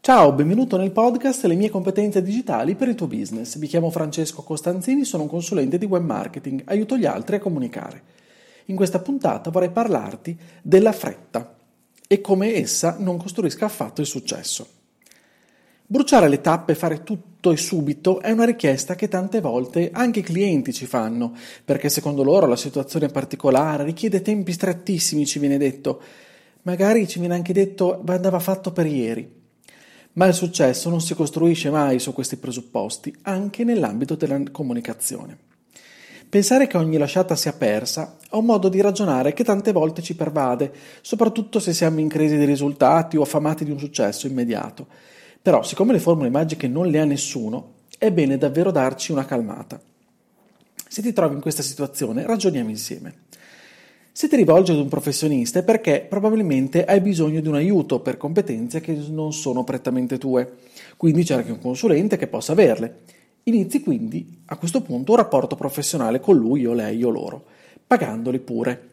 Ciao, benvenuto nel podcast Le mie competenze digitali per il tuo business. Mi chiamo Francesco Costanzini, sono un consulente di web marketing, aiuto gli altri a comunicare. In questa puntata vorrei parlarti della fretta e come essa non costruisca affatto il successo. Bruciare le tappe e fare tutto e subito è una richiesta che tante volte anche i clienti ci fanno, perché secondo loro la situazione è particolare, richiede tempi strettissimi, ci viene detto. Magari ci viene anche detto che andava fatto per ieri. Ma il successo non si costruisce mai su questi presupposti, anche nell'ambito della comunicazione. Pensare che ogni lasciata sia persa è un modo di ragionare che tante volte ci pervade, soprattutto se siamo in crisi di risultati o affamati di un successo immediato. Però, siccome le formule magiche non le ha nessuno, è bene davvero darci una calmata. Se ti trovi in questa situazione, ragioniamo insieme. Se ti rivolgi ad un professionista è perché probabilmente hai bisogno di un aiuto per competenze che non sono prettamente tue, quindi cerchi un consulente che possa averle. Inizi quindi a questo punto un rapporto professionale con lui o lei o loro, pagandoli pure.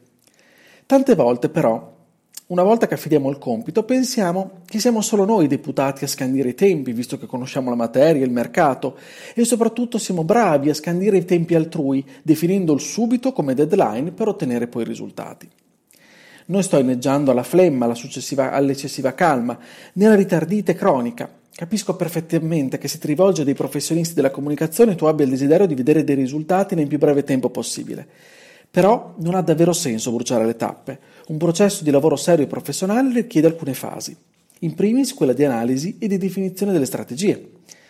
Tante volte però, una volta che affidiamo il compito, pensiamo che siamo solo noi deputati a scandire i tempi, visto che conosciamo la materia, il mercato, e soprattutto siamo bravi a scandire i tempi altrui, definendo il subito come deadline per ottenere poi i risultati. Non sto inneggiando alla flemma, all'eccessiva calma, né alla ritardite cronica. Capisco perfettamente che se ti rivolgi a dei professionisti della comunicazione tu abbia il desiderio di vedere dei risultati nel più breve tempo possibile. Però non ha davvero senso bruciare le tappe. Un processo di lavoro serio e professionale richiede alcune fasi. In primis quella di analisi e di definizione delle strategie.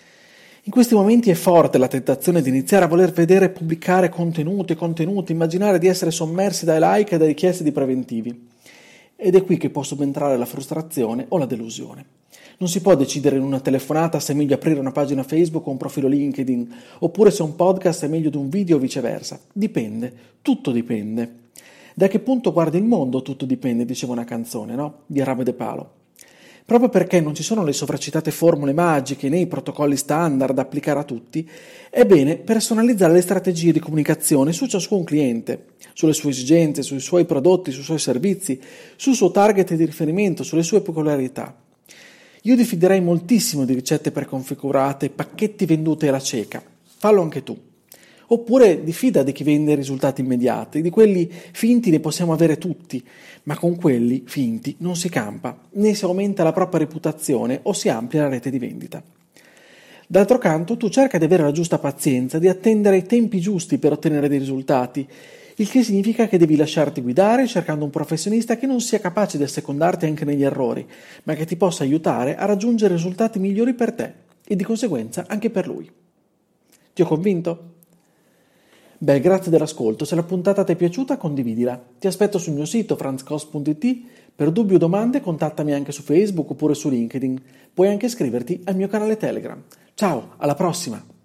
In questi momenti è forte la tentazione di iniziare a voler vedere e pubblicare contenuti, immaginare di essere sommersi dai like e da richieste di preventivi. Ed è qui che può subentrare la frustrazione o la delusione. Non si può decidere in una telefonata se è meglio aprire una pagina Facebook o un profilo LinkedIn, oppure se un podcast è meglio di un video o viceversa. Dipende, tutto dipende. Da che punto guardi il mondo tutto dipende, diceva una canzone, no? Di Arabo De Palo. Proprio perché non ci sono le sovracitate formule magiche né i protocolli standard da applicare a tutti, è bene personalizzare le strategie di comunicazione su ciascun cliente, sulle sue esigenze, sui suoi prodotti, sui suoi servizi, sul suo target di riferimento, sulle sue peculiarità. Io diffiderei moltissimo di ricette preconfigurate, pacchetti venduti alla cieca. Fallo anche tu. Oppure diffida di chi vende risultati immediati. Di quelli finti ne possiamo avere tutti, ma con quelli finti non si campa, né si aumenta la propria reputazione o si amplia la rete di vendita. D'altro canto, tu cerca di avere la giusta pazienza, di attendere i tempi giusti per ottenere dei risultati, il che significa che devi lasciarti guidare cercando un professionista che non sia capace di assecondarti anche negli errori, ma che ti possa aiutare a raggiungere risultati migliori per te e di conseguenza anche per lui. Ti ho convinto? Beh, grazie dell'ascolto, se la puntata ti è piaciuta condividila. Ti aspetto sul mio sito franzcos.it, per dubbi o domande contattami anche su Facebook oppure su LinkedIn. Puoi anche iscriverti al mio canale Telegram. Ciao, alla prossima!